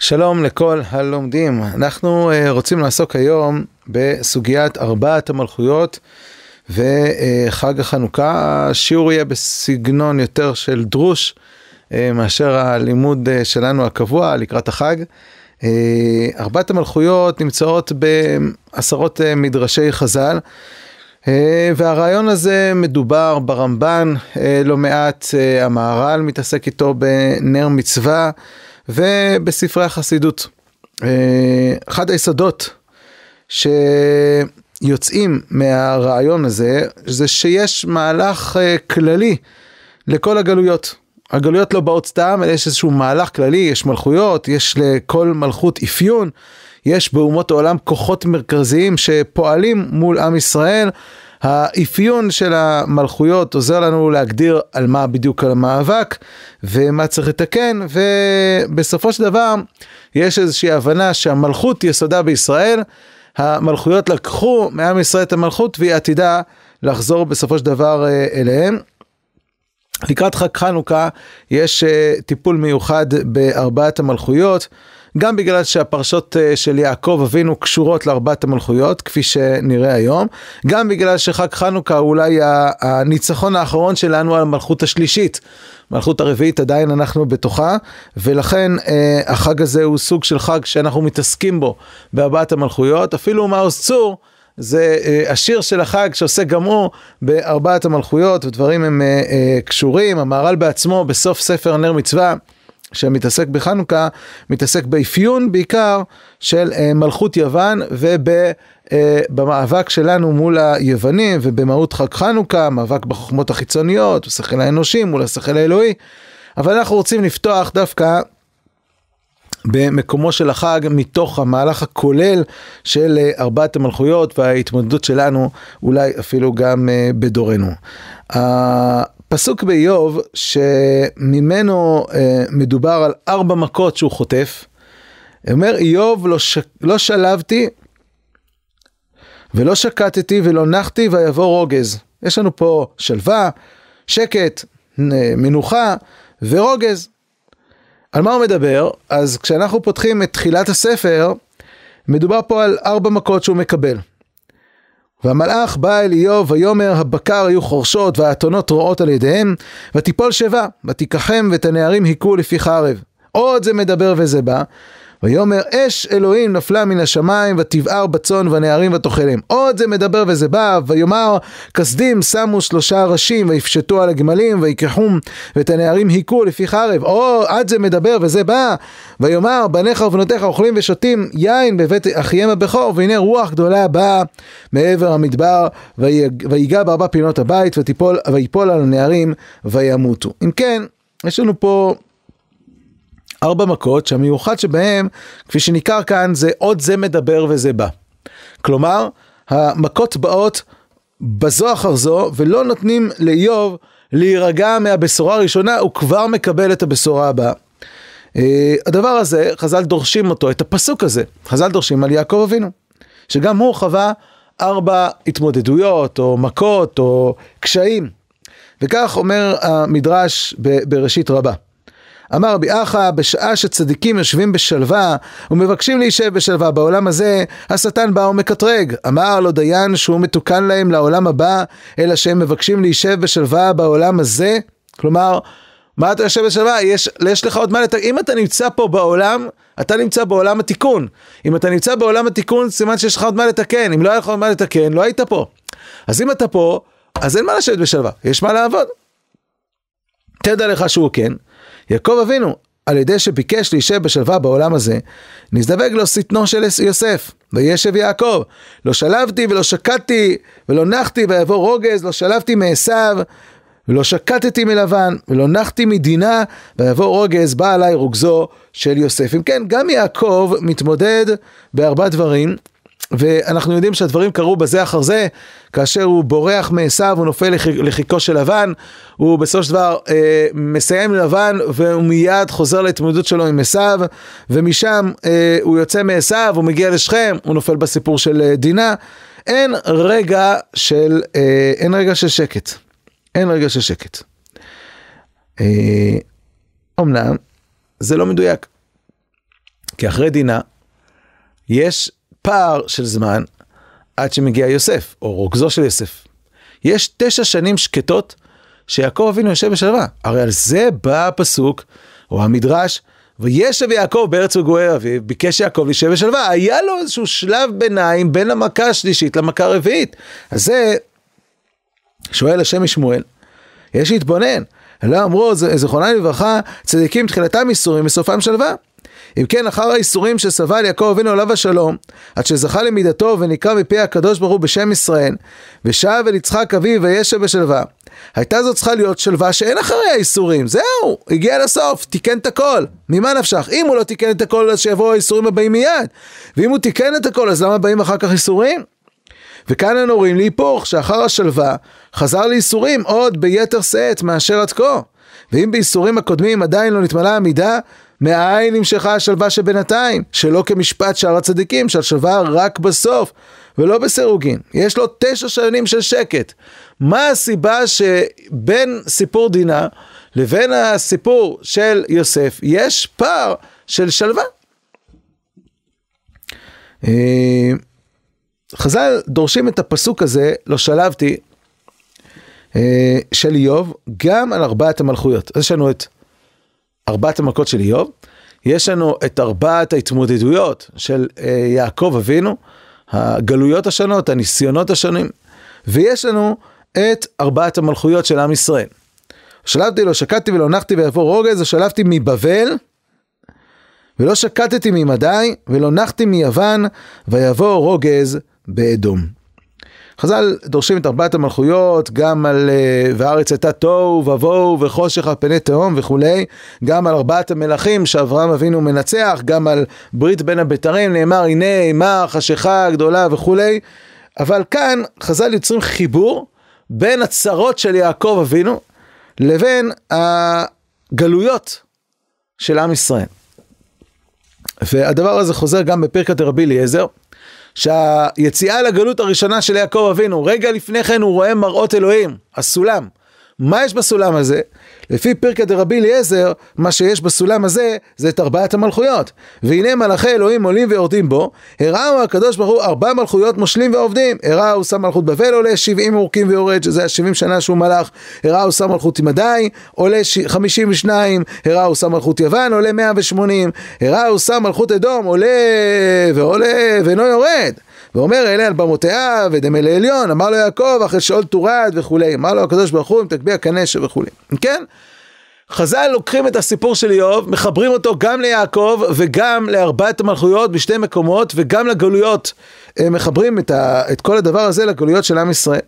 שלום לכל הלומדים. אנחנו רוצים לעסוק היום בסוגיית ארבעת המלכויות וחג החנוכה. השיעור יהיה בסגנון יותר של דרוש מאשר הלימוד שלנו הקבוע לקראת החג. ארבעת המלכויות נמצאות בעשרות מדרשי חז"ל, והרעיון הזה מדובר ברמב"ן לא מעט, המהר"ל מתעסק איתו בנר מצווה ובספרי החסידות. אחד היסודות שיוצאים מהרעיון הזה זה שיש מהלך כללי לכל הגלויות. הגלויות לא באות סתם, אלא יש איזשהו מהלך כללי, יש מלכויות, יש לכל מלכות אפיון, יש באומות העולם כוחות מרכזיים שפועלים מול עם ישראל. האפיון של המלכויות עוזר לנו להגדיר על מה בדיוק על המאבק ומה צריך לתקן, ובסופו של דבר יש איזושהי הבנה שהמלכות יסודה בישראל, המלכויות לקחו מעם ישראל את המלכות והיא עתידה לחזור בסופו של דבר אליהם. לקראת חג חנוכה יש טיפול מיוחד בארבעת המלכויות, גם בגלל שהפרשות של יעקב אבינו קשורות לארבעת המלכויות, כפי שנראה היום, גם בגלל שחג חנוכה אולי הניצחון האחרון שלנו על המלכות השלישית, מלכות הרביעית עדיין אנחנו בתוכה, ולכן החג הזה הוא סוג של חג שאנחנו מתעסקים בו בארבעת המלכויות. אפילו מעוז צור, זה השיר של החג שעושה גם הוא בארבעת המלכויות, ודברים הם קשורים. המהר"ל בעצמו בסוף ספר נר מצווה, שמתעסק בחנוכה, מתעסק באפיון בעיקר של מלכות יוון, ובמאבק שלנו מול היוונים, ובמהות חג חנוכה, מאבק בחוכמות החיצוניות, בשכל האנושי מול השכל האלוהי. אבל אנחנו רוצים לפתוח דווקא במקומו של החג, מתוך המהלך הכולל של ארבעת המלכויות, וההתמודדות שלנו אולי אפילו גם בדורנו. פסוק באיוב שממנו מדובר על 4 מכות שהוא חוטף, אומר איוב לא שלבתי ולא שקטתי ולא נחתי ויבוא רוגז. יש לנו פה שלווה, שקט, מנוחה ורוגז. על מה הוא מדבר? אז כשאנחנו פותחים את תחילת הספר, מדובר פה על 4 מכות שהוא מקבל. והמלאך בא אל איוב ויאמר הבקר היו חורשות והאתונות רועות על ידיהם, ותיפול שבה ותיקחם ואת הנערים היכו לפי חרב. עוד זה מדבר וזה בא, ויאמר אש אלוהים נפלה מן השמיים ותבער בצאן והנערים ותאכלם. עוד זה מדבר וזה בא, ויאמר כסדים שמו 3 ראשים ויפשטו על הגמלים ויקחום ואת הנערים היכו לפי חרב. עד זה מדבר וזה בא, ויאמר בניך ובנותיך אוכלים ושותים יין בבית אחיהם הבכור, והנה רוח גדולה באה מעבר המדבר ויגע ב4 פינות הבית ויפול על הנערים וימותו. אם כן, יש לנו פה 4 מכות שהמיוחד שבהם, כפי שניכר כאן, זה עוד זה מדבר וזה בא. כלומר, המכות באות בזו אחר זו, ולא נותנים לאיוב להירגע מהבשורה הראשונה, הוא כבר מקבל את הבשורה הבאה. הדבר הזה, חז"ל דורשים אותו, את הפסוק הזה, חז"ל דורשים על יעקב אבינו, שגם הוא חווה 4 התמודדויות, או מכות, או קשיים. וכך אומר המדרש בראשית רבה. אמר רבי אחא, בשעה שצדיקים יושבים בשלווה ומבקשים להישב בשלווה בעולם הזה, השטן בא ומקטרג. אמר לו דיין שהוא מתוקן להם לעולם הבא, אלא שהם מבקשים להישב בשלווה בעולם הזה. כלומר, מה אתה יושב בשלווה? יש לך עוד מה לתקן. אם אתה נמצא פה בעולם, אתה נמצא בעולם התיקון. אם אתה נמצא בעולם התיקון, סימן שיש לך עוד מה לתקן. אם לא היה לך עוד מה לתקן, לא היית פה. אז אם אתה פה, אז אין מה לשבת בשלווה, יש מה לעבוד. תדע לך שהוא כן. יעקב אבינו, על ידי שביקש להישב בשלווה בעולם הזה, נזדווג לו שטנו של יוסף, וישב יעקב, לא שלבתי ולא שקטתי ולא נחתי ויבוא רוגז, לא שלבתי מעשיו ולא שקטתי מלבן ולא נחתי מדינה ויבוא רוגז, בא עליי רוגזו של יוסף. אם כן, גם יעקב מתמודד ב4 דברים, ואנחנו יודעים שהדברים קרו בזה אחר זה, כאשר הוא בורח מעשיו, הוא נופל לחיקו של לבן, הוא בסופו של דבר מסיים לבן, והוא מיד חוזר להתמודדות שלו עם עשיו, ומשם הוא יוצא מעשיו, הוא מגיע לשכם, הוא נופל בסיפור של דינה. אין רגע של שקט. אין רגע של שקט. אמנם, זה לא מדויק. כי אחרי דינה, יש פער של זמן עד שמגיע יוסף, או רוגזו של יוסף. יש 9 שנים שקטות שיעקב אבינו יושב בשלווה. הרי על זה בא הפסוק, או המדרש, וישב יעקב בארץ רגועי אביו, ביקש יעקב להישב בשלווה. היה לו איזשהו שלב ביניים בין המכה השלישית למכה הרביעית. אז זה שואל השם משמואל, יש להתבונן. לא אמרו, זכרונם לברכה, צדיקים תחילתם איסורים וסופם שלווה. אם כן, אחר האיסורים שסבל יעקב אבינו עליו השלום, עד שזכה למידתו ונקרא מפי הקדוש ברוך הוא בשם ישראל, ושב אל יצחק אביו וישב בשלווה. הייתה זאת צריכה להיות שלווה שאין אחרי האיסורים. זהו, הגיע לסוף, תיקן את הכל. ממה נפשך? אם הוא לא תיקן את הכל, אז שיבואו האיסורים הבאים מיד. ואם הוא תיקן את הכל, אז למה באים אחר כך איסורים? וכאן אנו רואים להיפוך שאחר השלווה חזר לאיסורים עוד ביתר שאת מאשר עד כה. ואם באיסורים הקודמים עדיין לא נתמלאה המידה, מאין נמשכה השלווה שבינתיים, שלא כמשפט שאר הצדיקים, שהשלווה רק בסוף, ולא בסירוגין. יש לו 9 שנים של שקט. מה הסיבה שבין סיפור דינה לבין הסיפור של יוסף יש פער של שלווה? חז"ל דורשים את הפסוק הזה, לא שלבתי, של איוב, גם על 4 המלכויות. אז יש לנו את 4 המלכות של איוב, יש לנו את 4 ההתמודדויות של יעקב אבינו, הגלויות השונות, הניסיונות השונים, ויש לנו את 4 המלכויות של עם ישראל. שלבתי, לא שקטתי ולא נחתי ויבוא רוגז, שלבתי מבבל, ולא שקטתי ממדי, ולא נחתי מיוון, ויבוא רוגז באדום. חז"ל דורשים את 4 המלכויות, גם על והארץ הייתה תוהו ובוהו וחושך על פני תהום וכולי, גם על 4 המלכים שאברהם אבינו מנצח, גם על ברית בין הבתרים, נאמר הנה אימה חשיכה גדולה וכולי, אבל כאן חז"ל יוצרים חיבור בין הצרות של יעקב אבינו לבין הגלויות של עם ישראל. והדבר הזה חוזר גם בפרקת רבי אליעזר, שהיציאה לגלות הראשונה של יעקב אבינו, רגע לפני כן הוא רואה מראות אלוהים, הסולם. מה יש בסולם הזה? לפי פרקת רבי אליעזר, מה שיש בסולם הזה, זה את 4 המלכויות. והנה מלאכי אלוהים עולים ויורדים בו, הראו הקדוש ברוך הוא 4 מלכויות מושלים ועובדים. הראו שם מלכות בבל עולה 70 אורכים ויורד, שזה 70 שנה שהוא מלך. הראו שם מלכות מדי, עולה 52. הראו שם מלכות יוון, עולה 180. הראו שם מלכות אדום, עולה ועולה ואינו יורד. ואומר אלה על במותיה ודמה לעליון, אמר לו יעקב אחרי שאול תורד וכולי, אמר לו הקדוש ברוך הוא אם תגביה כנשא וכולי. כן? חז"ל לוקחים את הסיפור של איוב, מחברים אותו גם ליעקב וגם ל4 המלכויות בשתי מקומות, וגם לגלויות, מחברים את כל הדבר הזה לגלויות של עם ישראל.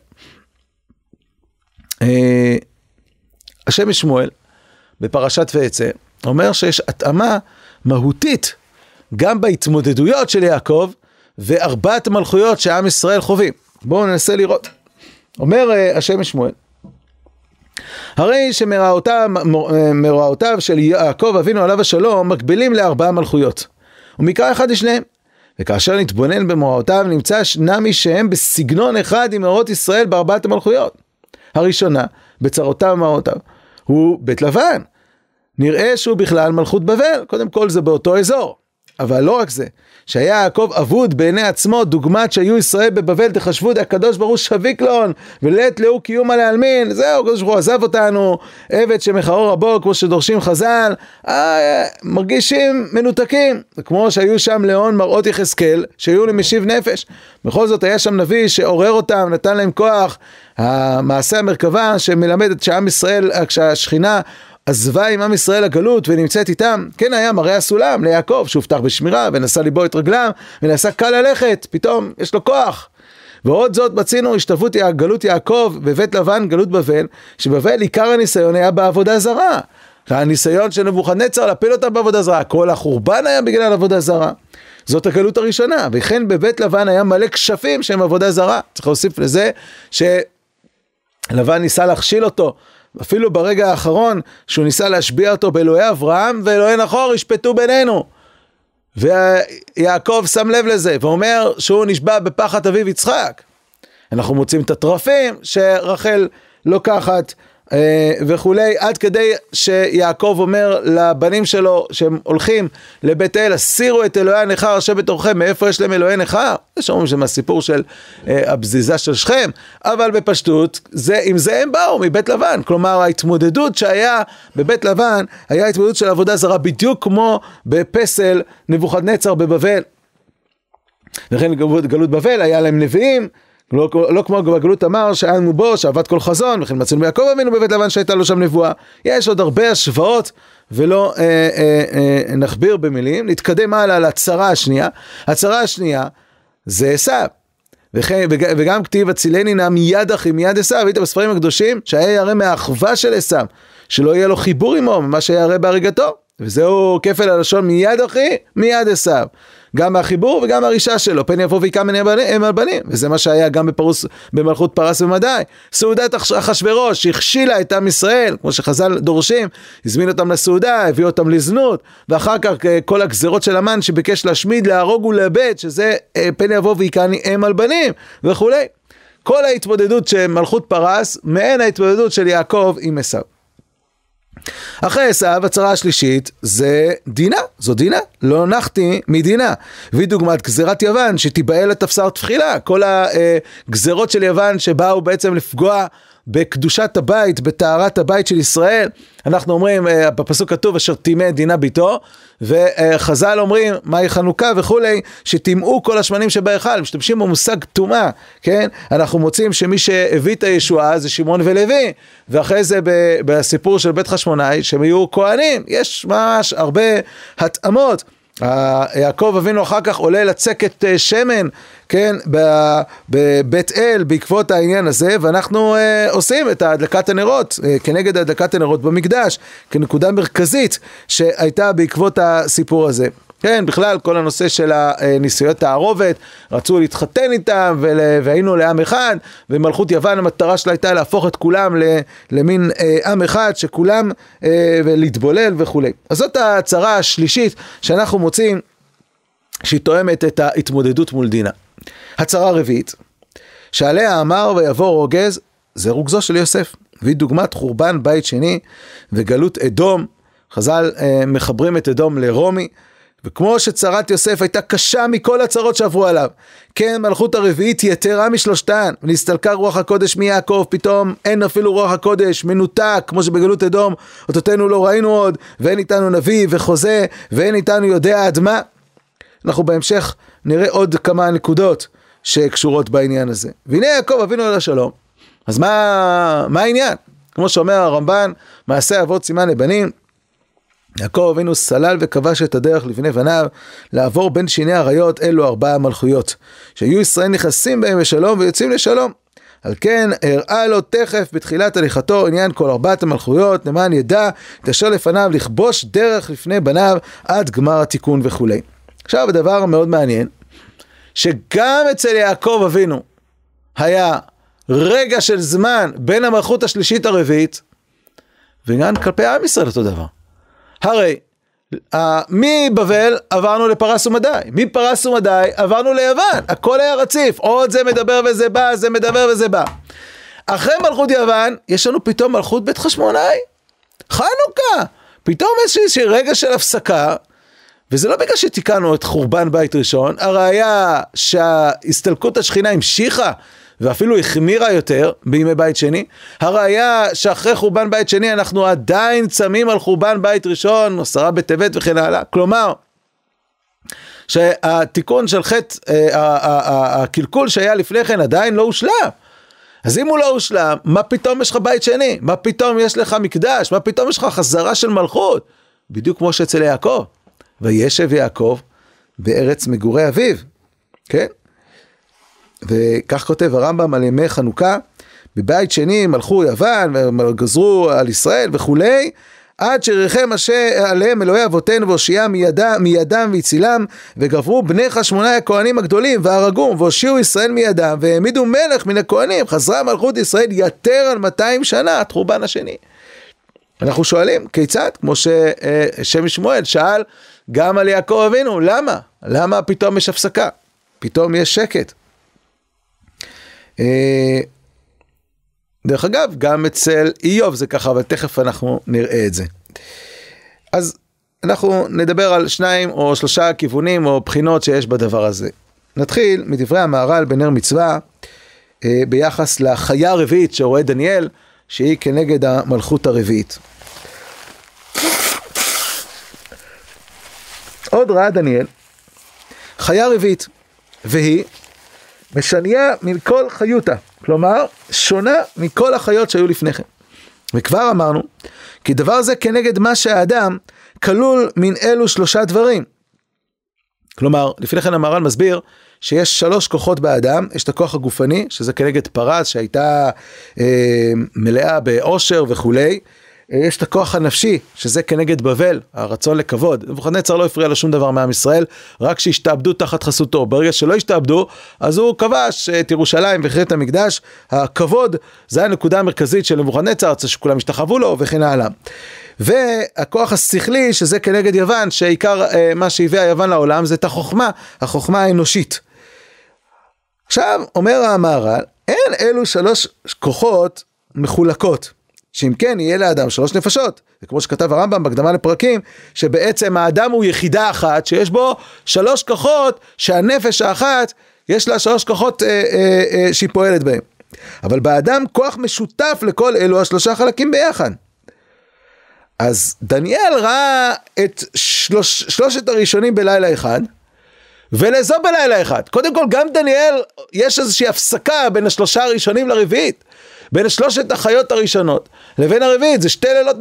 השם משמואל בפרשת ויצא אומר שיש התאמה מהותית גם בהתמודדויות של יעקב ו4 המלכויות שעם ישראל חווים. בואו ננסה לראות. אומר השם משמואל, הרי שמראותיו של יעקב אבינו עליו השלום מקבילים ל4 מלכויות, ומקרא אחד לשניהם. וכאשר נתבונן במראותיו נמצא נמי שהם בסגנון אחד עם מאורעות ישראל ב4 המלכויות. הראשונה בצרותיו ומראותיו הוא בית לבן. נראה שהוא בכלל מלכות בבל, קודם כל זה באותו אזור. אבל לא רק זה, שהיה יעקב אבוד בעיני עצמו, דוגמת שהיו ישראל בבבל תחשבו הקדוש ברוך הוא שביק לון, ולית לאו קיום על העלמין, זהו, הקדוש ברוך הוא עזב אותנו, עבד שמחרו רבו, כמו שדורשים חז"ל, מרגישים מנותקים, כמו שהיו שם לאון מראות יחזקאל, שהיו למשיב נפש, בכל זאת היה שם נביא שעורר אותם, נתן להם כוח, המעשה המרכבה שמלמד שעם ישראל, כשהשכינה, עזבה עם עם ישראל הגלות ונמצאת איתם, כן היה מראה הסולם ליעקב שהובטח בשמירה ונסע ליבו את רגליו ונסע קל ללכת, פתאום יש לו כוח. ועוד זאת בצינו השתוות גלות יעקב בבית לבן גלות בבל, שבבל עיקר הניסיון היה בעבודה זרה, הניסיון של נבוכדנצר להפיל אותם בעבודה זרה, כל החורבן היה בגלל עבודה זרה, זאת הגלות הראשונה. וכן בבית לבן היה מלא כשפים שהם עבודה זרה, צריך להוסיף לזה שלבן ניסה להכשיל אותו אפילו ברגע האחרון, שהוא ניסה להשביע אותו באלוהי אברהם, ואלוהי נחור ישפטו בינינו. ויעקב שם לב לזה, ואומר שהוא נשבע בפחד אביו יצחק. אנחנו מוצאים את הטרפים, שרחל לוקחת וכולי, עד כדי שיעקב אומר לבנים שלו שהם הולכים לבית אל, הסירו את אלוהי הנכר אשר בתוככם. מאיפה יש להם אלוהי נכר? יש אומרים שמהסיפור של הבזיזה של שכם, אבל בפשטות עם זה הם באו מבית לבן. כלומר ההתמודדות שהיה בבית לבן היה התמודדות של עבודה זרה, בדיוק כמו בפסל נבוכדנצר בבבל. וכן גלות בבל היה להם נביאים, לא כמו בגלות תמר שאנו בו שעבד כל חזון, וכן מצאנו ביעקב אבינו בבית לבן שהייתה לו שם נבואה. יש עוד הרבה השוואות ולא נכביר במילים. נתקדם הלאה לצרה השנייה. הצרה השנייה זה עשיו, וגם כתיב הצילני נא מיד אחי מיד עשיו. היית בספרים הקדושים שהיה ירא מהאחווה של עשיו, שלא יהיה לו חיבור עמו ממה שהיה ירא בהריגתו, וזהו כפל הלשון מיד אחי מיד עשיו, גם מהחיבור וגם מהרישה שלו, פן יבוא ויקם הם על בנים. וזה מה שהיה גם במלכות פרס ומדי. סעודת אחשוורוש הכשילה את עם ישראל, כמו שחז"ל דורשים, הזמין אותם לסעודה, הביא אותם לזנות, ואחר כך כל הגזרות של המן שביקש להשמיד, להרוג ולאבד, שזה פן יבוא ויקם הם על בנים וכולי. כל ההתמודדות של מלכות פרס מעין ההתמודדות של יעקב עם עשיו. אחרי עשיו, הצרה השלישית זה דינה. זו דינה, לא נחתי מדינה. והיא דוגמת גזירת יוון שתיבהל לתפסר תחילה. כל הגזירות של יוון שבאו בעצם לפגוע בקדושת הבית, בטהרת הבית של ישראל. אנחנו אומרים, בפסוק כתוב, אשר טימא דינה ביתו, וחז"ל אומרים, מהי חנוכה וכולי, שטימאו כל השמנים שבהיכל. משתמשים במושג טומאה, כן? אנחנו מוצאים שמי שהביא את הישועה זה שמעון ולוי, ואחרי זה בסיפור של בית חשמונאי, שהם היו כהנים. יש ממש הרבה התאמות. יעקב אבינו אחר כך עולה לצקת שמן, כן, בבית אל בעקבות העניין הזה, ואנחנו עושים את הדלקת הנרות כנגד הדלקת הנרות במקדש, כנקודה מרכזית שהייתה בעקבות הסיפור הזה. כן, בכלל כל הנושא של הניסויות הערובת, רצו להתחתן איתם והיינו לעם אחד, ומלכות יוון המטרה שלה הייתה להפוך את כולם למין עם אחד, שכולם ולהתבולל וכו'. אז זאת הצרה השלישית שאנחנו מוצאים שהיא תואמת את ההתמודדות מול דינה. הצרה הרביעית, שעליה אמר ויבוא רוגז, זה רוגזו של יוסף, והיא דוגמת חורבן בית שני וגלות אדום. חז"ל מחברים את אדום לרומי, וכמו שצרת יוסף הייתה קשה מכל הצרות שעברו עליו, כן מלכות הרביעית יתרה משלושתן, ונסתלקה רוח הקודש מיעקב, פתאום אין אפילו רוח הקודש, מנותק, כמו שבגלות אדום אותותינו לא ראינו עוד, ואין איתנו נביא וחוזה, ואין איתנו יודע עד מה. אנחנו בהמשך נראה עוד כמה נקודות שקשורות בעניין הזה. והנה יעקב אבינו אל השלום. אז מה העניין? כמו שאומר הרמב"ן, מעשה אבות סימן לבנים, יעקב אבינו סלל וכבש את הדרך לבני בניו לעבור בין שיני עריות אלו 4 מלכויות, שהיו ישראל נכנסים בהם בשלום ויוצאים לשלום. על כן הראה לו תכף בתחילת הליכתו עניין כל 4 המלכויות, למען ידע את אשר לפניו לכבוש דרך לפני בניו עד גמר התיקון וכו'. עכשיו הדבר המאוד מעניין, שגם אצל יעקב אבינו היה רגע של זמן בין המלכות השלישית הרביעית, וגם כלפי עם ישראל אותו דבר. הרי מבבל עברנו לפרס ומדי, מפרס ומדי עברנו ליוון, הכל היה רציף, עוד זה מדבר וזה בא, זה מדבר וזה בא. אחרי מלכות יוון יש לנו פתאום מלכות בית חשמונאי, חנוכה, פתאום איזושהי רגע של הפסקה, וזה לא בגלל שתיקנו את חורבן בית ראשון, הראיה שהסתלקות השכינה המשיכה, ואפילו החמירה יותר בימי בית שני. הראיה שאחרי חורבן בית שני אנחנו עדיין צמים על חורבן בית ראשון, 10 בטבת וכן הלאה. כלומר, שהתיקון של חטא, הקלקול שהיה לפני כן עדיין לא הושלם. אז אם הוא לא הושלם, מה פתאום יש לך בית שני? מה פתאום יש לך מקדש? מה פתאום יש לך חזרה של מלכות? בדיוק כמו שאצל יעקב. וישב יעקב בארץ מגורי אביו. כן? וכך כותב הרמב"ם על ימי חנוכה, בבית שני מלכו יוון וגזרו על ישראל וכולי, עד שריחם עליהם אלוהי אבותינו והושיע מידם והצילם, וגברו בני חשמונאי הכהנים הגדולים והרגום והושיעו ישראל מידם והעמידו מלך מן הכהנים. חזרה מלכות ישראל יתר על 200 שנה עד חורבן השני. אנחנו שואלים כיצד? כמו ששם שמואל שאל גם על יעקב אבינו, למה פתאום יש הפסקה? פתאום יש שקט? דרך אגב, גם אצל איוב זה ככה, אבל תכף אנחנו נראה את זה. אז אנחנו נדבר על 2 או 3 כיוונים או בחינות שיש בדבר הזה. נתחיל מדברי המהר"ל בנר מצווה, ביחס לחיה הרביעית שרואה דניאל, שהיא כנגד המלכות הרביעית. עוד ראה דניאל חיה רביעית, והיא משניה מכל חיותה, כלומר שונה מכל החיות שהיו לפני כן. וכבר אמרנו כי דבר זה כנגד מה שהאדם כלול מן אלו 3 דברים. כלומר, לפני כן המהר"ל מסביר שיש 3 כוחות באדם, יש את הכוח הגופני, שזה כנגד פרס שהייתה מלאה באושר וכולי, יש את הכוח הנפשי, שזה כנגד בבל, הרצון לכבוד. נבוכדנצר לא הפריע לו שום דבר מעם ישראל, רק שהשתעבדו תחת חסותו. ברגע שלא השתעבדו, אז הוא כבש את ירושלים והחריב את המקדש. הכבוד, זה הנקודה המרכזית של נבוכדנצר, שכולם השתחוו לו וכן הלאה. והכוח השכלי, שזה כנגד יוון, שעיקר מה שהביא היוון לעולם, זה את החוכמה, החוכמה האנושית. עכשיו, אומר המהר"ל, אין אלו 3 כוחות מחולקות. שאם כן יהיה לאדם 3 נפשות, וכמו שכתב הרמב"ם בהקדמה לפרקים, שבעצם האדם הוא יחידה אחת, שיש בו 3 כוחות, שהנפש האחת, יש לה 3 כוחות שהיא פועלת בהם. אבל באדם כוח משותף לכל אלו 3 חלקים ביחד. אז דניאל ראה את 3 הראשונים בלילה אחד, ולזו בלילה אחד. קודם כל גם דניאל, יש איזושהי הפסקה בין 3 הראשונים לרביעית, בין 3 החיות הראשונות לבין הרביעית, זה 2 לילות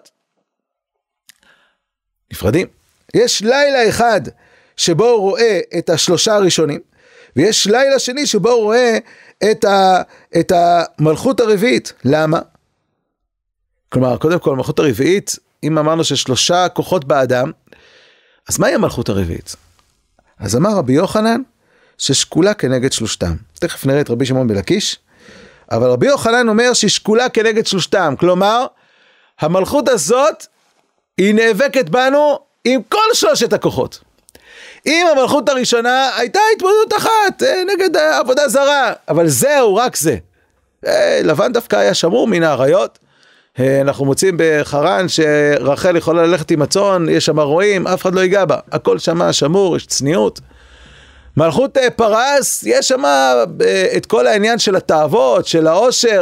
נפרדים. יש לילה אחד שבו הוא רואה את 3 הראשונים, ויש לילה שני שבו הוא רואה את המלכות הרביעית. למה? כלומר, קודם כל, המלכות הרביעית, אם אמרנו ש3 כוחות באדם, אז מהי המלכות הרביעית? אז אמר רבי יוחנן, ששקולה כנגד 3. תכף נראה את רבי שמעון בלקיש, אבל רבי יוחנן אומר ששקולה כנגד 3. כלומר, המלכות הזאת, היא נאבקת בנו עם כל 3 הכוחות. אם המלכות הראשונה, הייתה התמודדות אחת, נגד עבודה זרה, אבל זהו, רק זה. לבן דווקא היה שמור מן האריות, אנחנו מוצאים בחרן שרחל יכולה ללכת עם הצאן, יש שם רועים, אף אחד לא ייגע בה, הכל שם שמור, יש צניעות. מלכות פרס, יש שם את כל העניין של התאוות, של העושר,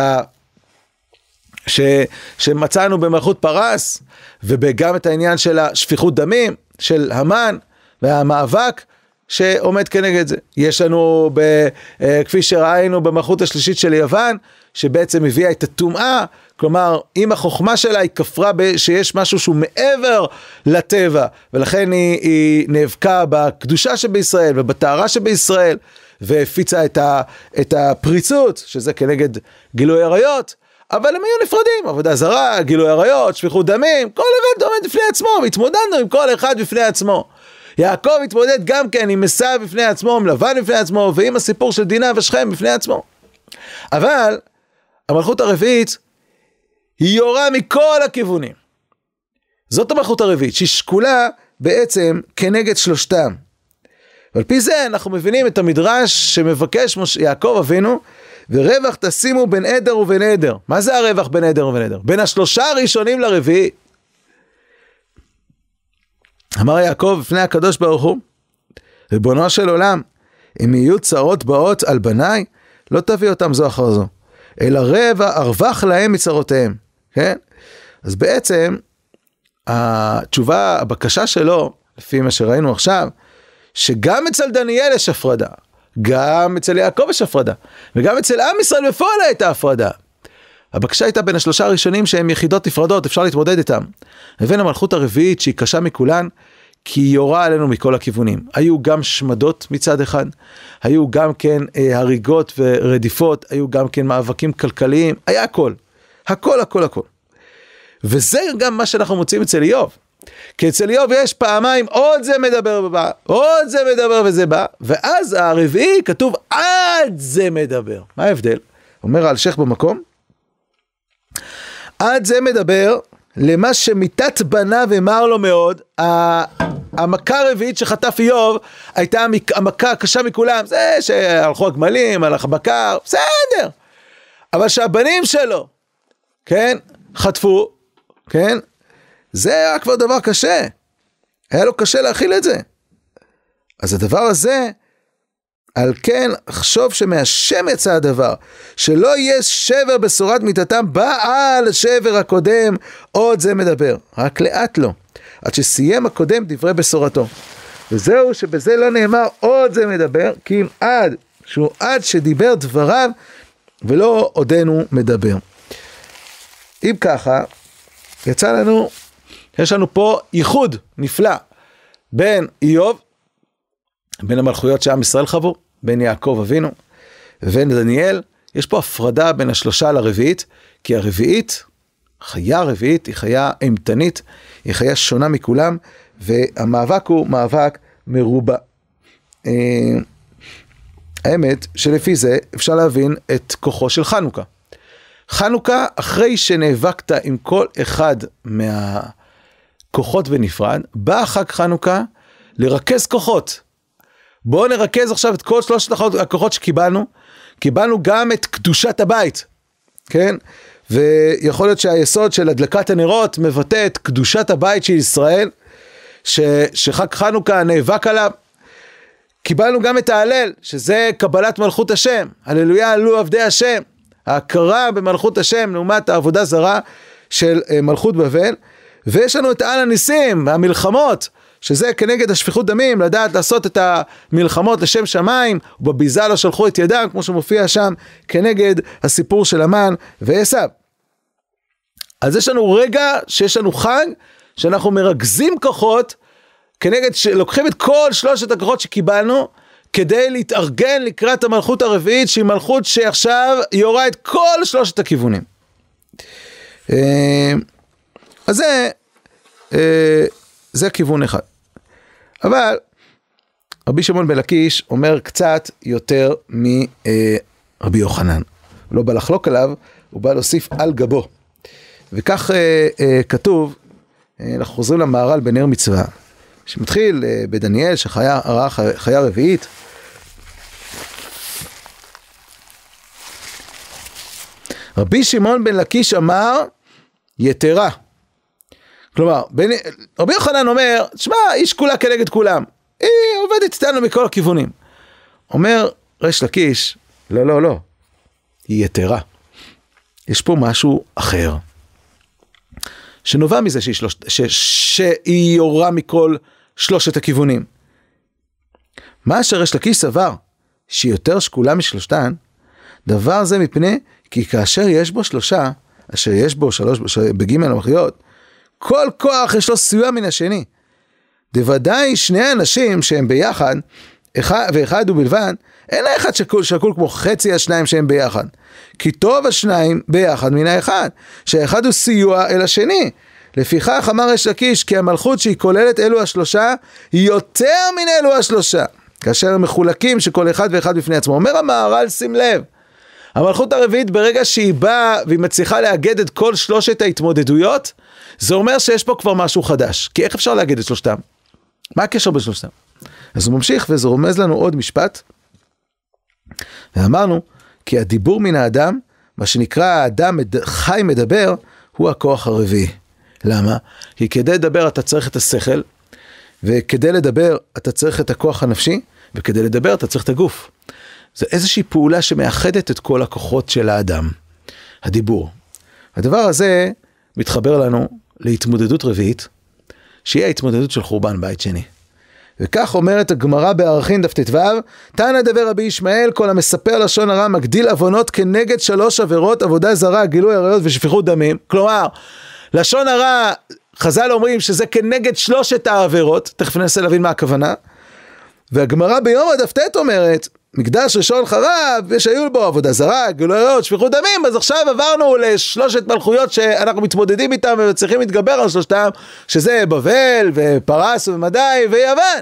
שמצאנו במלכות פרס, וגם את העניין של השפיכות דמים, של המן, והמאבק שעומד כנגד זה. יש לנו, כפי שראינו במלכות השלישית של יוון, שבעצם הביאה את הטומאה, כלומר, אם החוכמה שלה היא כפרה שיש משהו שהוא מעבר לטבע, ולכן היא נאבקה בקדושה שבישראל ובטהרה שבישראל, והפיצה את הפריצות, שזה כנגד גילוי עריות, אבל הם היו נפרדים, עבודה זרה, גילוי עריות, שפיכות דמים, כל אחד עומד בפני עצמו, והתמודדנו עם כל אחד בפני עצמו. יעקב התמודד גם כן עם עשיו בפני עצמו, עם לבן בפני עצמו, ועם הסיפור של דינה ושכם בפני עצמו. אבל המלכות הרביעית היא יורה מכל הכיוונים. זאת המלכות הרביעית, שהיא שקולה בעצם כנגד 3. ועל פי זה אנחנו מבינים את המדרש שמבקש יעקב אבינו, ורווח תשימו בין עדר ובין עדר. מה זה הרווח בין עדר ובין עדר? בין 3 הראשונים לרביעי. אמר יעקב בפני הקדוש ברוך הוא, ריבונו של עולם, אם יהיו צרות באות על בניי, לא תביא אותם זו אחר זו, אלא ארווח להם מצרותיהם. כן? אז בעצם, התשובה, הבקשה שלו, לפי מה שראינו עכשיו, שגם אצל דניאל יש הפרדה, גם אצל יעקב יש הפרדה, וגם אצל עם ישראל בפועל הייתה הפרדה. הבקשה הייתה בין 3 הראשונים שהם יחידות נפרדות, אפשר להתמודד איתם. לבין המלכות הרביעית שהיא קשה מכולן, כי היא יורה עלינו מכל הכיוונים. היו גם שמדות מצד אחד, היו גם כן הריגות ורדיפות, היו גם כן מאבקים כלכליים, היה הכל. הכל. וזה גם מה שאנחנו מוצאים אצל איוב. כי אצל איוב יש פעמיים, עוד זה מדבר ובא, עוד זה מדבר וזה בא, ואז הרביעי כתוב עד זה מדבר. מה ההבדל? אומר האלשיך במקום, עד זה מדבר למה שמיתת בנה ומר לו מאוד. המכה הרביעית שחטף איוב הייתה המכה הקשה מכולם, זה שהלכו הגמלים, הלך הבקר, בסדר. אבל שהבנים שלו, כן, חטפו, כן, זה היה כבר דבר קשה, היה לו קשה להכיל את זה. אז הדבר הזה, על כן חשוב שמהשם יצא הדבר, שלא יהיה שבר בשורת מיתתם, בעל שבר הקודם, עוד זה מדבר, רק לאט לו, עד שסיים הקודם דברי בשורתו. וזהו שבזה לא נאמר עוד זה מדבר, כי אם עד שדיבר דבריו, ולא עודנו מדבר. אם ככה, יש לנו פה ייחוד נפלא, בין איוב, בין המלכויות שעם ישראל חוו, בין יעקב אבינו, ובין דניאל. יש פה הפרדה בין השלושה לרביעית, כי הרביעית, חיה רביעית, היא חיה אימתנית, היא חיה שונה מכולם, והמאבק הוא מאבק מרובה. האמת שלפי זה אפשר להבין את כוחו של חנוכה. חנוכה, אחרי שנאבקת עם כל אחד מהכוחות בנפרד, בא חג חנוכה לרכז כוחות. בואו נרכז עכשיו את כל שלושת הכוחות שקיבלנו. קיבלנו גם את קדושת הבית, כן? ויכול להיות שהיסוד של הדלקת הנרות מבטא את קדושת הבית של ישראל, שחג חנוכה נאבק עליו. קיבלנו גם את ההלל, שזה קבלת מלכות השם, הללויה עלו עבדי השם, ההכרה במלכות השם לעומת העבודה זרה של מלכות בבל. ויש לנו את על הניסים, המלחמות, שזה כנגד השפיכות דמים, לדעת לעשות את המלחמות לשם שמיים, ובביזה לא שלחו את ידם, כמו שמופיע שם, כנגד הסיפור של המן ועשיו. אז יש לנו רגע שיש לנו חג, שאנחנו מרכזים כוחות, כנגד שלוקחים את כל שלושת הכוחות שקיבלנו, כדי להתארגן לקראת המלכות הרביעית, שהיא מלכות שעכשיו יורה את כל שלושת הכיוונים. אז זה כיוון אחד. אבל רבי שמעון בן לקיש אומר קצת יותר מרבי יוחנן. הוא לא בא לחלוק עליו, הוא בא להוסיף על גבו. וכך כתוב, אנחנו חוזרים למהר"ל בנר מצווה, שמתחיל בדניאל שחיה חיה רביעית. רבי שמעון בן לקיש אמר יתרה. כלומר, רבי יוחנן אומר, תשמע, היא שקולה כנגד כולם, היא עובדת איתנו מכל הכיוונים. אומר ריש לקיש, לא, היא יתרה. יש פה משהו אחר, שנובע מזה שהיא יורה מכל שלושת הכיוונים. מה אשר ריש לקיש סבר, שהיא יותר שקולה משלושתן, דבר זה מפני, כי כאשר יש בו שלושה, אשר יש בו שלוש בג' המלכויות, כל כוח יש לו סיוע מן השני. דוודאי שני אנשים שהם ביחד, ואחד הוא בלבד, אין האחד שקול כמו חצי השניים שהם ביחד. כי טוב השניים ביחד מן האחד, שהאחד הוא סיוע אל השני. לפיכך אמר ריש לקיש, כי המלכות שהיא כוללת אלו השלושה, היא יותר מן אלו השלושה. כאשר הם מחולקים שכל אחד ואחד בפני עצמו. אומר המהר"ל, שים לב, המלכות הרביעית ברגע שהיא באה והיא מצליחה לאגד את כל שלושת ההתמודדויות, זה אומר שיש פה כבר משהו חדש. כי איך אפשר לאגד את שלושתם? מה הקשר בשלושתם? אז הוא ממשיך וזה רומז לנו עוד משפט. ואמרנו, כי הדיבור מן האדם, מה שנקרא האדם חי מדבר, הוא הכוח הרביעי. למה? כי כדי לדבר אתה צריך את השכל, וכדי לדבר אתה צריך את הכוח הנפשי, וכדי לדבר אתה צריך את הגוף. זה איזושהי פעולה שמאחדת את כל הכוחות של האדם. הדיבור. הדבר הזה מתחבר לנו להתמודדות רביעית, שהיא ההתמודדות של חורבן בית שני. וכך אומרת הגמרא בערכין דף ט"ו, תנא דבר רבי ישמעאל, כל המספר לשון הרע מגדיל עוונות כנגד 3 עבירות, עבודה זרה, גילוי עריות ושפיכות דמים. כלומר, לשון הרע, חז"ל אומרים שזה כנגד 3 העבירות, תכף ננסה להבין מה הכוונה. והגמרא ביום הדף ט' אומרת, מקדש ראשון חרב, ושהיו בו עבודה זרה, גילוי עריות, שפיכות דמים, אז עכשיו עברנו ל3 מלכויות שאנחנו מתמודדים איתם וצריכים להתגבר על 3, שזה בבל ופרס ומדי ויוון.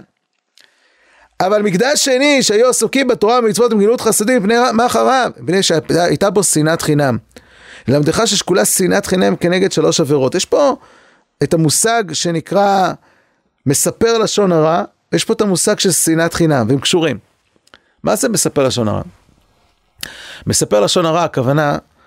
אבל מקדש שני שהיו עסוקים בתורה ומצוות ומגילות חסדים מפני מה חרב? מפני שהייתה בו שנאת חינם. למדך ששקולה שנאת חינם כנגד 3 עבירות. יש פה את המושג שנקרא מספר לשון הרע, ויש פה את המושג של שנאת חינם, והם קשורים. מה זה מספר לשון הרע? מספר לשון הרע, הכוונה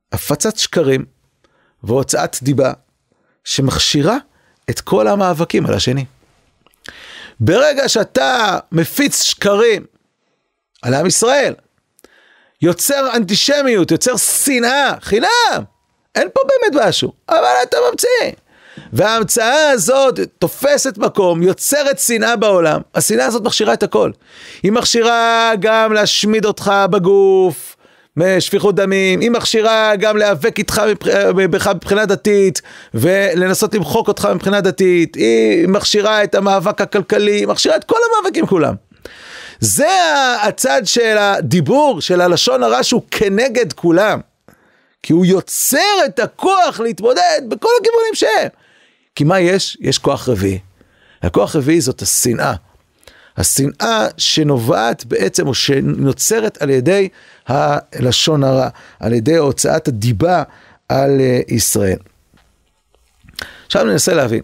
הפצת שקרים והוצאת דיבה שמכשירה את כל המאבקים על השני. ברגע שאתה מפיץ שקרים על עם ישראל, יוצר אנטישמיות, יוצר שנאה, חינם, אין פה באמת משהו, אבל אתה ממציא. וההמצאה הזאת תופסת מקום, יוצרת שנאה בעולם. השנאה הזאת מכשירה את הכל. היא מכשירה גם להשמיד אותך בגוף, משפיכות דמים, היא מכשירה גם להיאבק איתך מבחינה דתית, ולנסות למחוק אותך מבחינה דתית, היא מכשירה את המאבק הכלכלי, היא מכשירה את כל המאבקים כולם. זה הצד של הדיבור, של הלשון הרע שהוא כנגד כולם. כי הוא יוצר את הכוח להתמודד בכל הכיוונים שהם. כי מה יש? יש כוח רביעי. הכוח רביעי זאת השנאה. השנאה שנובעת בעצם או שנוצרת על ידי הלשון הרע, על ידי הוצאת הדיבה על ישראל. עכשיו ננסה להבין.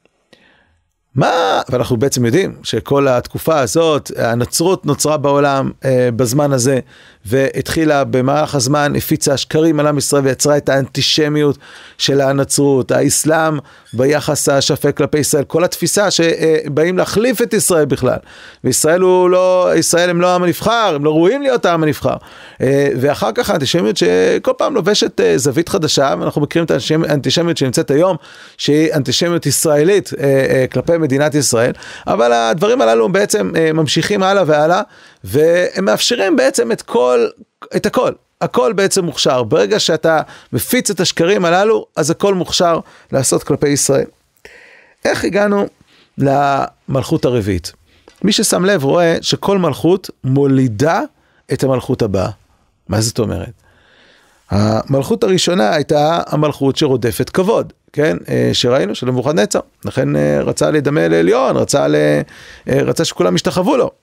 ואנחנו בעצם יודעים שכל התקופה הזאת, הנצרות נוצרה בעולם בזמן הזה, והתחילה במהלך הזמן, הפיצה שקרים על עם ישראל, ויצרה את האנטישמיות של הנצרות, האסלאם ביחס השפק כלפי ישראל, כל התפיסה שבאים להחליף את ישראל בכלל, וישראל ישראל הם לא העם הנבחר, הם לא ראויים להיות העם הנבחר, ואחר כך האנטישמיות שכל פעם לובשת זווית חדשה, ואנחנו מכירים את האנטישמיות שנמצאת היום, שהיא אנטישמיות ישראלית כלפי מדינת ישראל, אבל הדברים הללו בעצם ממשיכים הלאה והלאה, והם מאפשרים בעצם את הכל. הכל בעצם מוכשר. ברגע שאתה מפיץ את השקרים הללו, אז הכל מוכשר לעשות כלפי ישראל. איך הגענו למלכות הרביעית? מי ששם לב רואה שכל מלכות מולידה את המלכות הבאה. מה זאת אומרת? המלכות הראשונה הייתה המלכות שרודפת כבוד. כן, שראינו של נבוכדנצר, לכן רצה להידמה לעליון, רצה שכולם ישתחוו לו.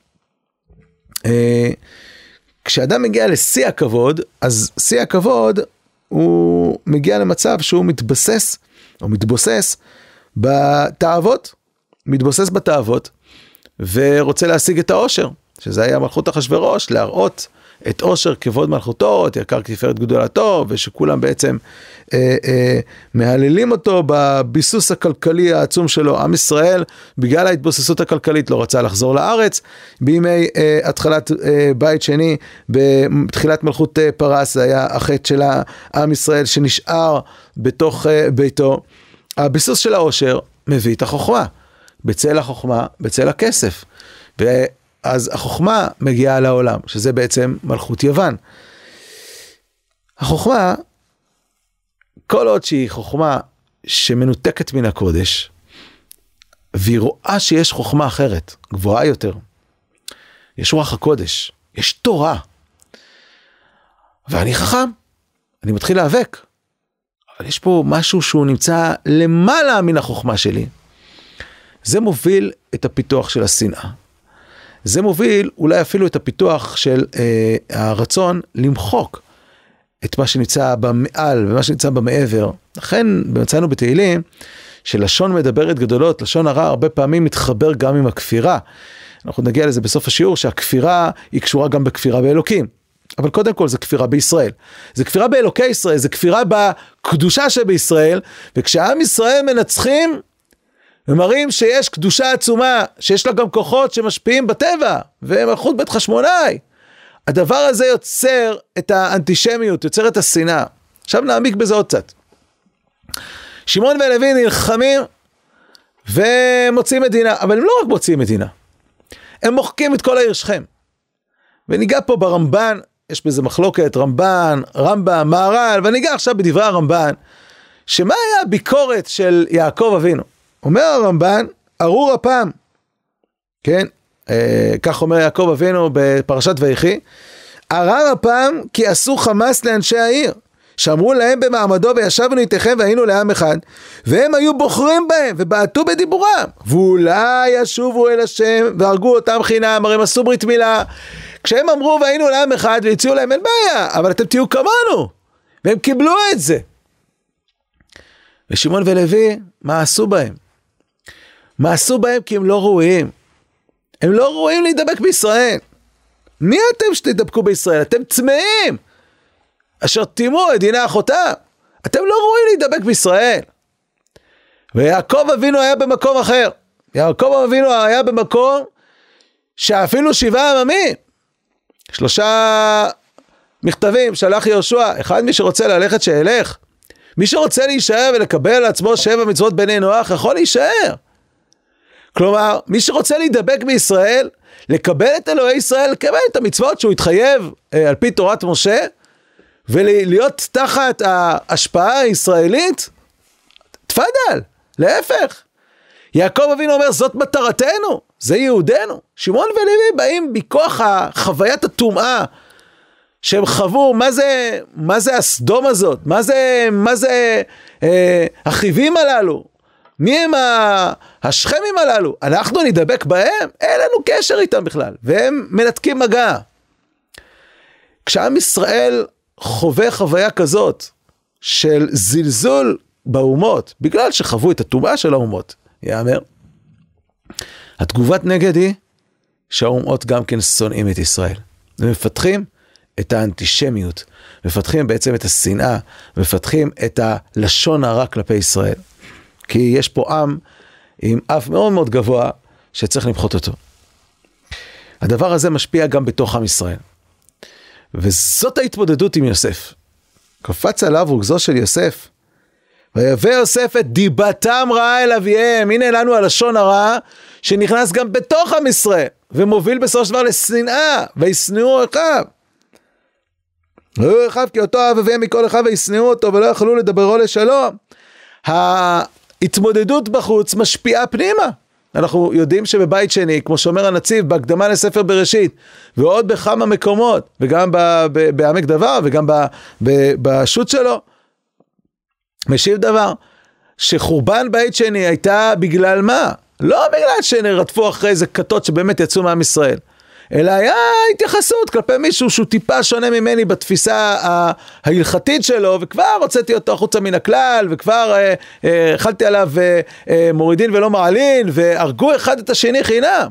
כשאדם מגיע לשיא הכבוד, אז שיא הכבוד הוא מגיע למצב שהוא מתבוסס בתאוות, ורוצה להשיג את העושר, שזה היה מלכות אחשוורוש, להראות את עושר כבוד מלכותו, את יקר כתפארת גדולתו, ושכולם בעצם מהללים אותו בביסוס הכלכלי העצום שלו. עם ישראל, בגלל ההתבוססות הכלכלית, לא רצה לחזור לארץ. בימי התחלת בית שני, בתחילת מלכות פרס, זה היה החטא של עם ישראל שנשאר בתוך ביתו. הביסוס של העושר מביא את החוכמה. בצל החוכמה, בצל הכסף. אז החוכמה מגיעה לעולם, שזה בעצם מלכות יוון. החוכמה, כל עוד שהיא חוכמה שמנותקת מן הקודש, והיא רואה שיש חוכמה אחרת, גבוהה יותר. יש רוח הקודש, יש תורה. ואני חכם, אני מתחיל להיאבק. אבל יש פה משהו שהוא נמצא למעלה מן החוכמה שלי. זה מוביל את הפיתוח של השנאה. זה מוביל אולי אפילו את הפיתוח של הרצון למחוק את מה שנמצא במעל ומה שנמצא במעבר. לכן מצאנו בתהילים שלשון מדברת גדולות, לשון הרע הרבה פעמים מתחבר גם עם הכפירה. אנחנו נגיע לזה בסוף השיעור שהכפירה היא קשורה גם בכפירה באלוקים. אבל קודם כל זה כפירה בישראל. זה כפירה באלוקי ישראל, זה כפירה בקדושה שבישראל, וכשעם ישראל מנצחים, ומראים שיש קדושה עצומה, שיש לה גם כוחות שמשפיעים בטבע, ומלכות בית חשמונאי. הדבר הזה יוצר את האנטישמיות, יוצר את השנאה. עכשיו נעמיק בזה עוד קצת. שמעון ולוי נלחמים, ומוצאים מדינה, אבל הם לא רק מוצאים מדינה, הם מוחקים את כל העיר שכם. וניגע פה ברמב"ן, יש בזה מחלוקת, רמב"ם, מהר"ל, וניגע עכשיו בדברי הרמב"ן, שמה היה הביקורת של יעקב אבינו? אומר הרמב"ן, ארור אפם, כן, כך אומר יעקב אבינו בפרשת ויחי, ארר אפם כי עשו חמס לאנשי העיר, שאמרו להם במעמדו וישבנו איתכם והיינו לעם אחד, והם היו בוחרים בהם ובעטו בדיבורם, ואולי ישובו אל השם והרגו אותם חינם, הרי הם עשו ברית מילה, כשהם אמרו והיינו לעם אחד והציעו להם, אין בעיה, אבל אתם תהיו כמונו, והם קיבלו את זה. ושמעון ולוי, מה עשו בהם? מה עשו בהם? כי הם לא ראויים. הם לא ראויים להידבק בישראל. מי אתם שתדבקו בישראל? אתם צמאים. אשר טימו את דיני אחותם. אתם לא ראויים להידבק בישראל. ויעקב אבינו היה במקום אחר. יעקב אבינו היה במקום שאפילו 7 עממים, 3 מכתבים שלח יהושע, אחד מי שרוצה ללכת שילך, מי שרוצה להישאר ולקבל על עצמו 7 מצוות בני נוח יכול להישאר. כלומר, מי שרוצה להידבק בישראל, לקבל את אלוהי ישראל, לקבל את המצוות שהוא התחייב על פי תורת משה, ולהיות תחת ההשפעה הישראלית, תפדל, להפך. יעקב אבינו אומר, זאת מטרתנו, זה יהודנו. שמעון ולוי באים מכוח חוויית הטומאה, שהם חוו, מה זה הסדום הזאת? מה זה החיבים הללו? מי הם השכמים הללו? אנחנו נדבק בהם? אין לנו קשר איתם בכלל, והם מנתקים מגע. כשעם ישראל חווה חוויה כזאת, של זלזול באומות, בגלל שחוו את הטומאה של האומות, יאמר, התגובת נגד היא, שהאומות גם כן שונאים את ישראל. ומפתחים את האנטישמיות, מפתחים בעצם את השנאה, מפתחים את הלשון הרע כלפי ישראל. כי יש פה עם עם אף מאוד מאוד גבוה שצריך למחות אותו. הדבר הזה משפיע גם בתוך עם ישראל. וזאת ההתמודדות עם יוסף. קפץ עליו רוגזו של יוסף. ויבא יוסף את דיבתם רעה אל אביהם. הנה לנו הלשון הרע שנכנס גם בתוך עם ישראל. ומוביל בסופו של דבר לשנאה. וישנאו אחיו. ראו אחיו כי אותו אהב אביהם מכל אחיו וישנאו אותו ולא יכלו לדברו לשלום. ההתמודדות בחוץ משפיעה פנימה. אנחנו יודעים שבבית שני, כמו שאומר הנציב, בהקדמה לספר בראשית, ועוד בכמה מקומות, וגם בעמק דבר, וגם בשו"ת שלו, משיב דבר, שחורבן בית שני הייתה בגלל מה? לא בגלל שנרדפו אחרי איזה כתות שבאמת יצאו מעם ישראל, אלא היה התייחסות כלפי מישהו שהוא טיפה שונה ממני בתפיסה ההלכתית שלו, וכבר הוצאתי אותו החוצה מן הכלל, וכבר החלתי עליו מורידין ולא מעלין, והרגו אחד את השני חינם.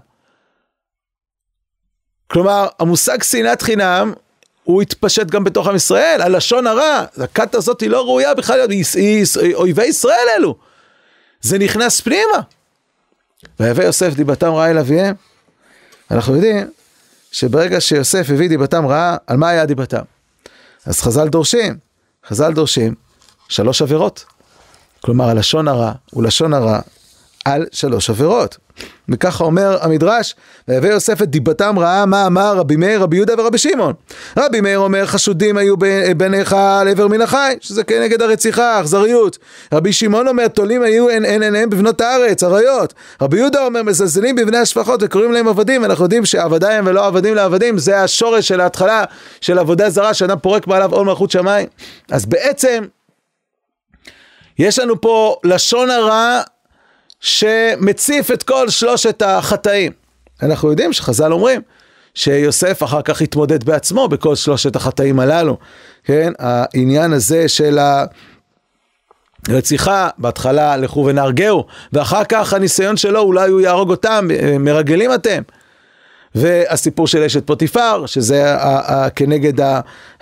כלומר, המושג שנאת חינם, הוא התפשט גם בתוך עם ישראל, הלשון הרע, הכת הזאת היא לא ראויה בכלל, היא אויבי ישראל אלו. זה נכנס פנימה. ויבא יוסף דיבתם רעה אל אביהם. אנחנו יודעים, שברגע שיוסף הביא דיבתם רעה, על מה היה דיבתם? אז חז"ל דורשים 3 עבירות. כלומר, הלשון הרע הוא לשון הרע על 3 עבירות. וככה אומר המדרש, ויבא יוסף את דיבתם רעה, מה אמר רבי מאיר, רבי יהודה ורבי שמעון. רבי מאיר אומר, חשודים היו בניך על עבר מן החי, שזה כנגד הרציחה, אכזריות. רבי שמעון אומר, תולים היו עיניהם בבנות הארץ, עריות. רבי יהודה אומר, מזלזלים בבני השפחות וקוראים להם עבדים. אנחנו יודעים שעבדי הם ולא עבדים לעבדים, זה השורש של ההתחלה של עבודה זרה, שאדם פורק מעליו עול מלכות שמיים. אז בעצם, יש לנו פה לשון הרע, שמציף את כל 3 החטאים. אנחנו יודעים שחז"ל אומרים שיוסף אחר כך התמודד בעצמו בכל 3 החטאים הללו. כן? העניין הזה של הרציחה, בהתחלה לכו ונהרגהו, ואחר כך הניסיון שלו אולי הוא יהרוג אותם, מרגלים אתם. והסיפור של אשת פוטיפר, שזה כנגד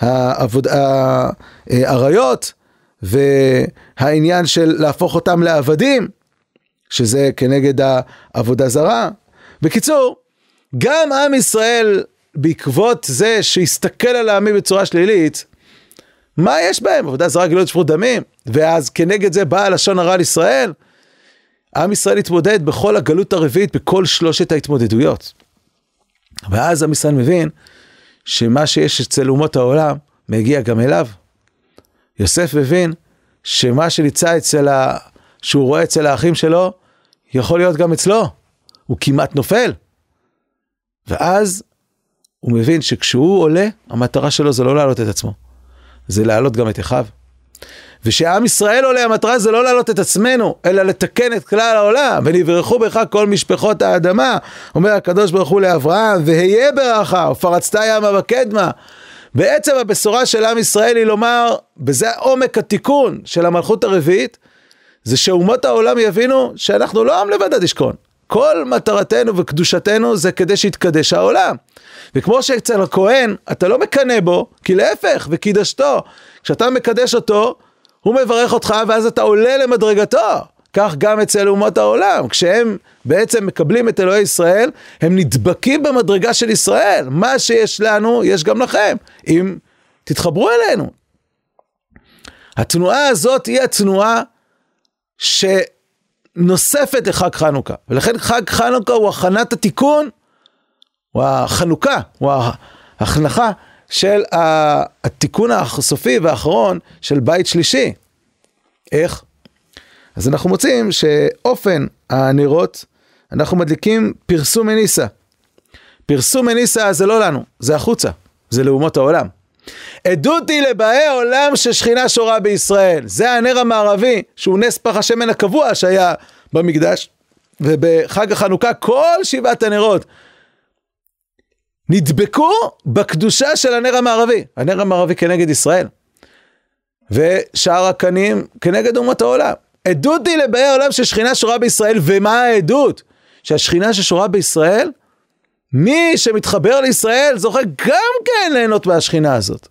העריות, והעניין של להפוך אותם לעבדים, שזה כנגד העבודה זרה. בקיצור, גם עם ישראל, בעקבות זה שיסתכל על העמים בצורה שלילית, מה יש בהם? עבודה זרה, גילוי שפיכות דמים, ואז כנגד זה בא לשון הרע לישראל. עם ישראל התמודד בכל הגלות הרביעית, בכל 3 ההתמודדויות. ואז עם ישראל מבין, שמה שיש אצל אומות העולם, מגיע גם אליו. יוסף מבין, שמה שניצא שהוא רואה אצל האחים שלו, יכול להיות גם אצלו. הוא כמעט נופל. ואז הוא מבין שכשהוא עולה, המטרה שלו זה לא להעלות את עצמו. זה להעלות גם את אחיו. ושעם ישראל עולה, המטרה זה לא להעלות את עצמנו, אלא לתקן את כלל העולם. ונברכו בך כל משפחות האדמה. אומר הקדוש ברוך הוא לאברהם, והיה ברכה, ופרצת ימה וקדמה. בעצם הבשורה של עם ישראל היא לומר, וזה עומק התיקון של המלכות הרביעית, זה שאומות העולם יבינו שאנחנו לא עם לבד ישכון. כל מטרתנו וקדושתנו זה כדי שיתקדש העולם. וכמו שאצל הכהן, אתה לא מקנא בו, כי להפך, וקידשתו. כשאתה מקדש אותו, הוא מברך אותך, ואז אתה עולה למדרגתו. כך גם אצל אומות העולם. כשהם בעצם מקבלים את אלוהי ישראל, הם נדבקים במדרגה של ישראל. מה שיש לנו, יש גם לכם. אם תתחברו אלינו. התנועה הזאת היא התנועה שנוספת לחג חנוכה. ולכן חג חנוכה הוא הכנת התיקון, הוא החנוכה, הוא ההכנחה של התיקון הסופי והאחרון של בית שלישי. איך? אז אנחנו מוצאים שאופן הנרות, אנחנו מדליקים פרסום מניסה. פרסום מניסה זה לא לנו, זה החוצה, זה לאומות העולם. עדות היא לבאי עולם ששכינה שורה בישראל. זה הנר המערבי, שהוא נס פח השמן הקבוע שהיה במקדש, ובחג החנוכה כל 7 הנרות נדבקו בקדושה של הנר המערבי. הנר המערבי כנגד ישראל, ושאר הקנים כנגד אומות העולם. עדות היא לבאי עולם ששכינה שורה בישראל. ומה העדות? שהשכינה ששורה בישראל, מי שמתחבר לישראל זוכה גם כן ליהנות מהשכינה הזאת.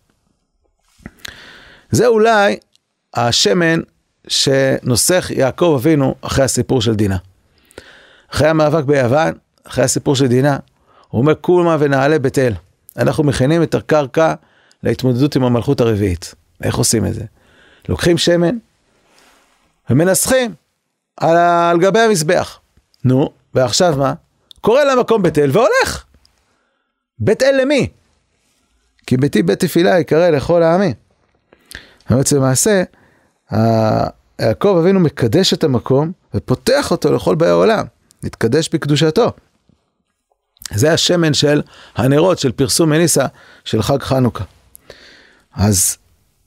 זה אולי השמן שנוסח יעקב אבינו אחרי הסיפור של דינה. אחרי המאבק ביוון, אחרי הסיפור של דינה, הוא אומר קומה ונעלה בית אל. אנחנו מכינים את הקרקע להתמודדות עם המלכות הרביעית. איך עושים את זה? לוקחים שמן ומנסחים על גבי המזבח. נו, ועכשיו מה? קורא למקום בית אל והולך. בית אל למי? כי ביתי בית תפילה יקרא לכל העמים. בעצם למעשה, יעקב אבינו מקדש את המקום ופותח אותו לכל באי העולם. נתקדש בקדושתו. זה השמן של הנרות, של פרסום מניסה, של חג חנוכה. אז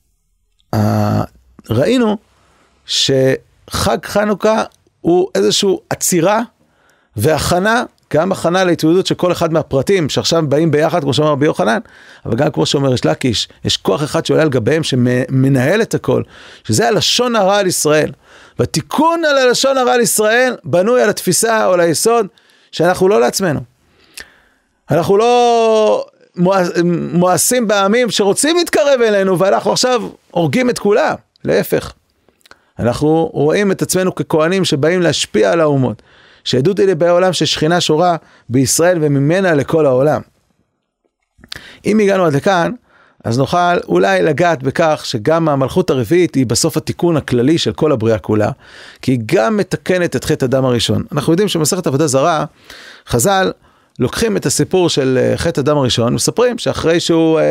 ראינו שחג חנוכה הוא איזשהו עצירה והכנה, גם הכנה להתמודדות של כל אחד מהפרטים, שעכשיו באים ביחד, כמו שאומר רבי יוחנן, אבל גם כמו שאומר יש לקיש, יש כוח אחד שעולה על גביהם, שמנהל את הכל, שזה הלשון הרע על ישראל. והתיקון על הלשון הרע על ישראל, בנוי על התפיסה או על היסוד, שאנחנו לא לעצמנו. אנחנו לא מואסים בעמים שרוצים להתקרב אלינו, ואנחנו עכשיו הורגים את כולם. להפך. אנחנו רואים את עצמנו ככהנים שבאים להשפיע על האומות. שעדות היא לבאי העולם ששכינה שורה בישראל וממנה לכל העולם. אם הגענו עד לכאן, אז נוכל אולי לגעת בכך שגם המלכות הרביעית היא בסוף התיקון הכללי של כל הבריאה כולה, כי היא גם מתקנת את חטא אדם הראשון. אנחנו יודעים שמסכת עבודה זרה, חז"ל לוקחים את הסיפור של חטא אדם הראשון, מספרים שאחרי שהוא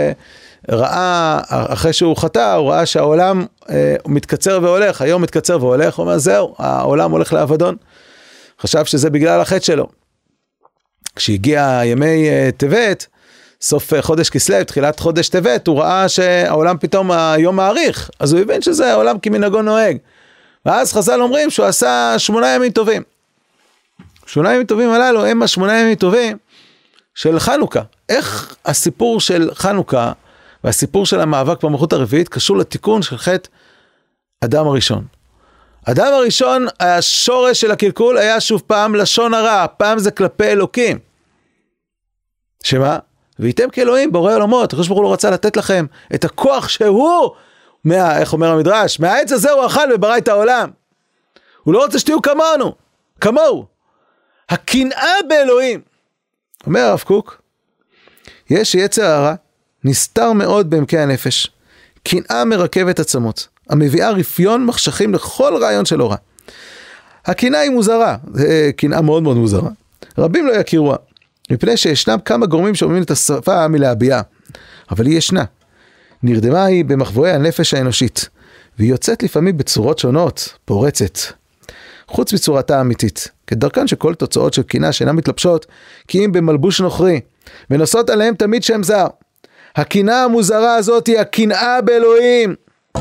אחרי שהוא חטא, הוא ראה שהעולם מתקצר והולך, היום מתקצר והולך, הוא אומר זהו, העולם הולך לאבדון. חשב שזה בגלל החטא שלו. כשהגיע ימי טבת, סוף חודש כסלו, תחילת חודש טבת, הוא ראה שהעולם פתאום היום מאריך, אז הוא הבין שזה העולם כמנהגו נוהג. ואז חז"ל אומרים שהוא עשה 8 ימים טובים. 8 ימים טובים הללו הם 8 ימים טובים של חנוכה. איך הסיפור של חנוכה והסיפור של המאבק במלכות הרביעית קשור לתיקון של חטא אדם הראשון? אדם הראשון, השורש של הקלקול היה שוב פעם לשון הרע, פעם זה כלפי אלוקים. שמה? והייתם כאלוהים בורא עולמות, הקדוש ברוך הוא לא רצה לתת לכם את הכוח שהוא, איך אומר המדרש, מהעץ הזה הוא אכל וברא את העולם. הוא לא רוצה שתהיו כמונו, כמוהו. הקנאה באלוהים. אומר הרב קוק, יש יצר הרע, נסתר מאוד בעמקי הנפש, קנאה מרכבת עצמות, המביאה רפיון מחשכים לכל רעיון של אורה. הקנאה היא מוזרה, קנאה מאוד מאוד מוזרה. רבים לא יכירוה, מפני שישנם כמה גורמים שאומרים את השפה מלהביעה, אבל היא ישנה. נרדמה היא במחבואי הנפש האנושית, והיא יוצאת לפעמים בצורות שונות, פורצת. חוץ מצורתה האמיתית, כדרכן שכל תוצאות של קנאה שאינן מתלבשות, כי אם במלבוש נוכרי, ונושאות עליהם תמיד שם זר. הקנאה המוזרה הזאת היא הקנאה באלוהים.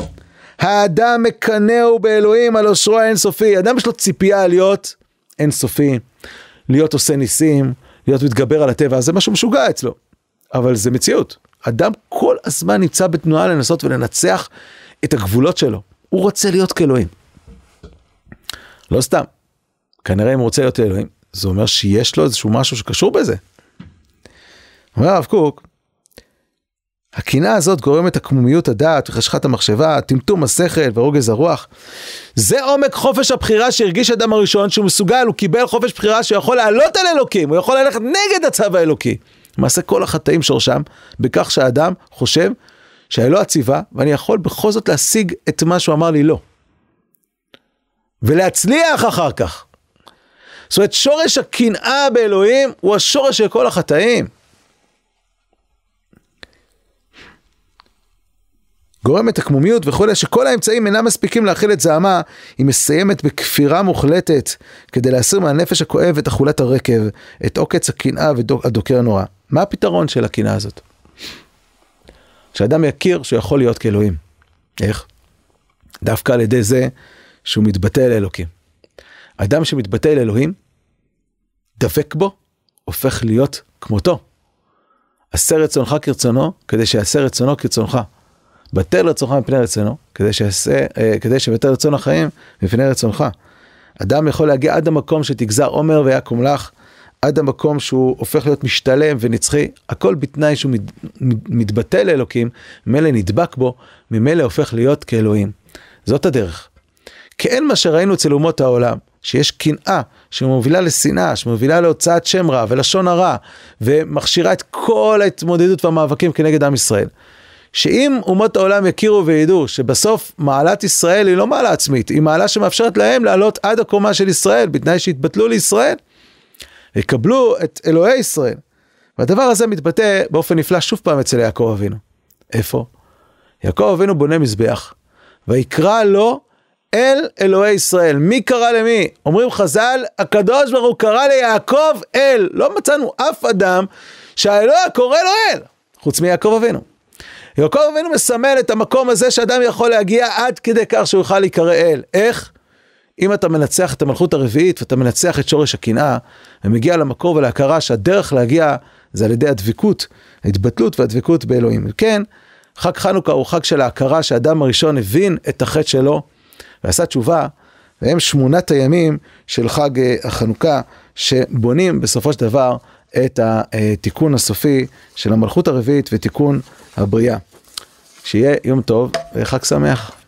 האדם מקנאו באלוהים על אושרו האינסופי. האדם יש לו ציפייה להיות אינסופי, להיות עושה ניסים, להיות מתגבר על הטבע, זה משהו משוגע אצלו. אבל זה מציאות. אדם כל הזמן נמצא בתנועה לנסות ולנצח את הגבולות שלו. הוא רוצה להיות כאלוהים. לא סתם. כנראה אם הוא רוצה להיות אלוהים, זה אומר שיש לו איזשהו משהו שקשור בזה. אומר הרב קוק, הקנאה הזאת גורמת עקמומיות הדעת וחשכת המחשבה, טמטום השכל ורוגז הרוח. זה עומק חופש הבחירה שהרגיש אדם הראשון, שהוא מסוגל, הוא קיבל חופש בחירה שיכול לעלות על אלוקים, הוא יכול ללכת נגד הצו האלוקי. למעשה כל החטאים שורשם בכך שהאדם חושב שהאלוה הציווה, ואני יכול בכל זאת להשיג את מה שהוא אמר לי לא. ולהצליח אחר כך. זאת אומרת, שורש הקנאה באלוהים הוא השורש של כל החטאים. גורמת הקמומיות וכו', שכל האמצעים אינם מספיקים להכיל את זעמה, היא מסיימת בכפירה מוחלטת, כדי להסיר מהנפש הכואב את אכולת הרקב, את עוקץ הקנאה והדוקר הנורא. מה הפתרון של הקנאה הזאת? שאדם יכיר שהוא יכול להיות כאלוהים. איך? דווקא על ידי זה שהוא מתבטא אל אלוקים. אדם שמתבטא אל אלוהים, דבק בו, הופך להיות כמותו. עשה רצונך כרצונו, כדי שיעשה רצונו כרצונך. בטל רצונך מפני רצונו, כדי שבטל רצון החיים מפני רצונך. אדם יכול להגיע עד המקום שתגזר עומר ויקום לך, עד המקום שהוא הופך להיות משתלם ונצחי, הכל בתנאי שהוא מתבטא לאלוקים, ממילא נדבק בו, ממילא הופך להיות כאלוהים. זאת הדרך. כי אין מה שראינו אצל אומות העולם, שיש קנאה שמובילה לשנאה, שמובילה להוצאת שם רע ולשון הרע, ומכשירה את כל ההתמודדות והמאבקים כנגד עם ישראל. שאם אומות העולם יכירו וידעו שבסוף מעלת ישראל היא לא מעלה עצמית, היא מעלה שמאפשרת להם לעלות עד הקומה של ישראל, בתנאי שהתבטלו לישראל, יקבלו את אלוהי ישראל. והדבר הזה מתבטא באופן נפלא שוב פעם אצל יעקב אבינו. איפה? יעקב אבינו בונה מזבח, ויקרא לו אל אלוהי ישראל. מי קרא למי? אומרים חז"ל, הקדוש ברוך הוא קרא ליעקב אל. לא מצאנו אף אדם שהאלוה קורא לו אל, חוץ מיעקב אבינו. יעקב אבינו מסמל את המקום הזה שאדם יכול להגיע עד כדי כך שהוא יוכל להיקרא אל. איך? אם אתה מנצח את המלכות הרביעית ואתה מנצח את שורש הקנאה, ומגיע למקור ולהכרה שהדרך להגיע זה על ידי הדבקות, ההתבטלות והדבקות באלוהים. כן, חג חנוכה הוא חג של ההכרה שהאדם הראשון הבין את החטא שלו, ועשה תשובה, והם 8 הימים של חג החנוכה, שבונים בסופו של דבר את התיקון הסופי של המלכות הרביעית ותיקון הבריאה. שיהיה יום טוב וחג שמח.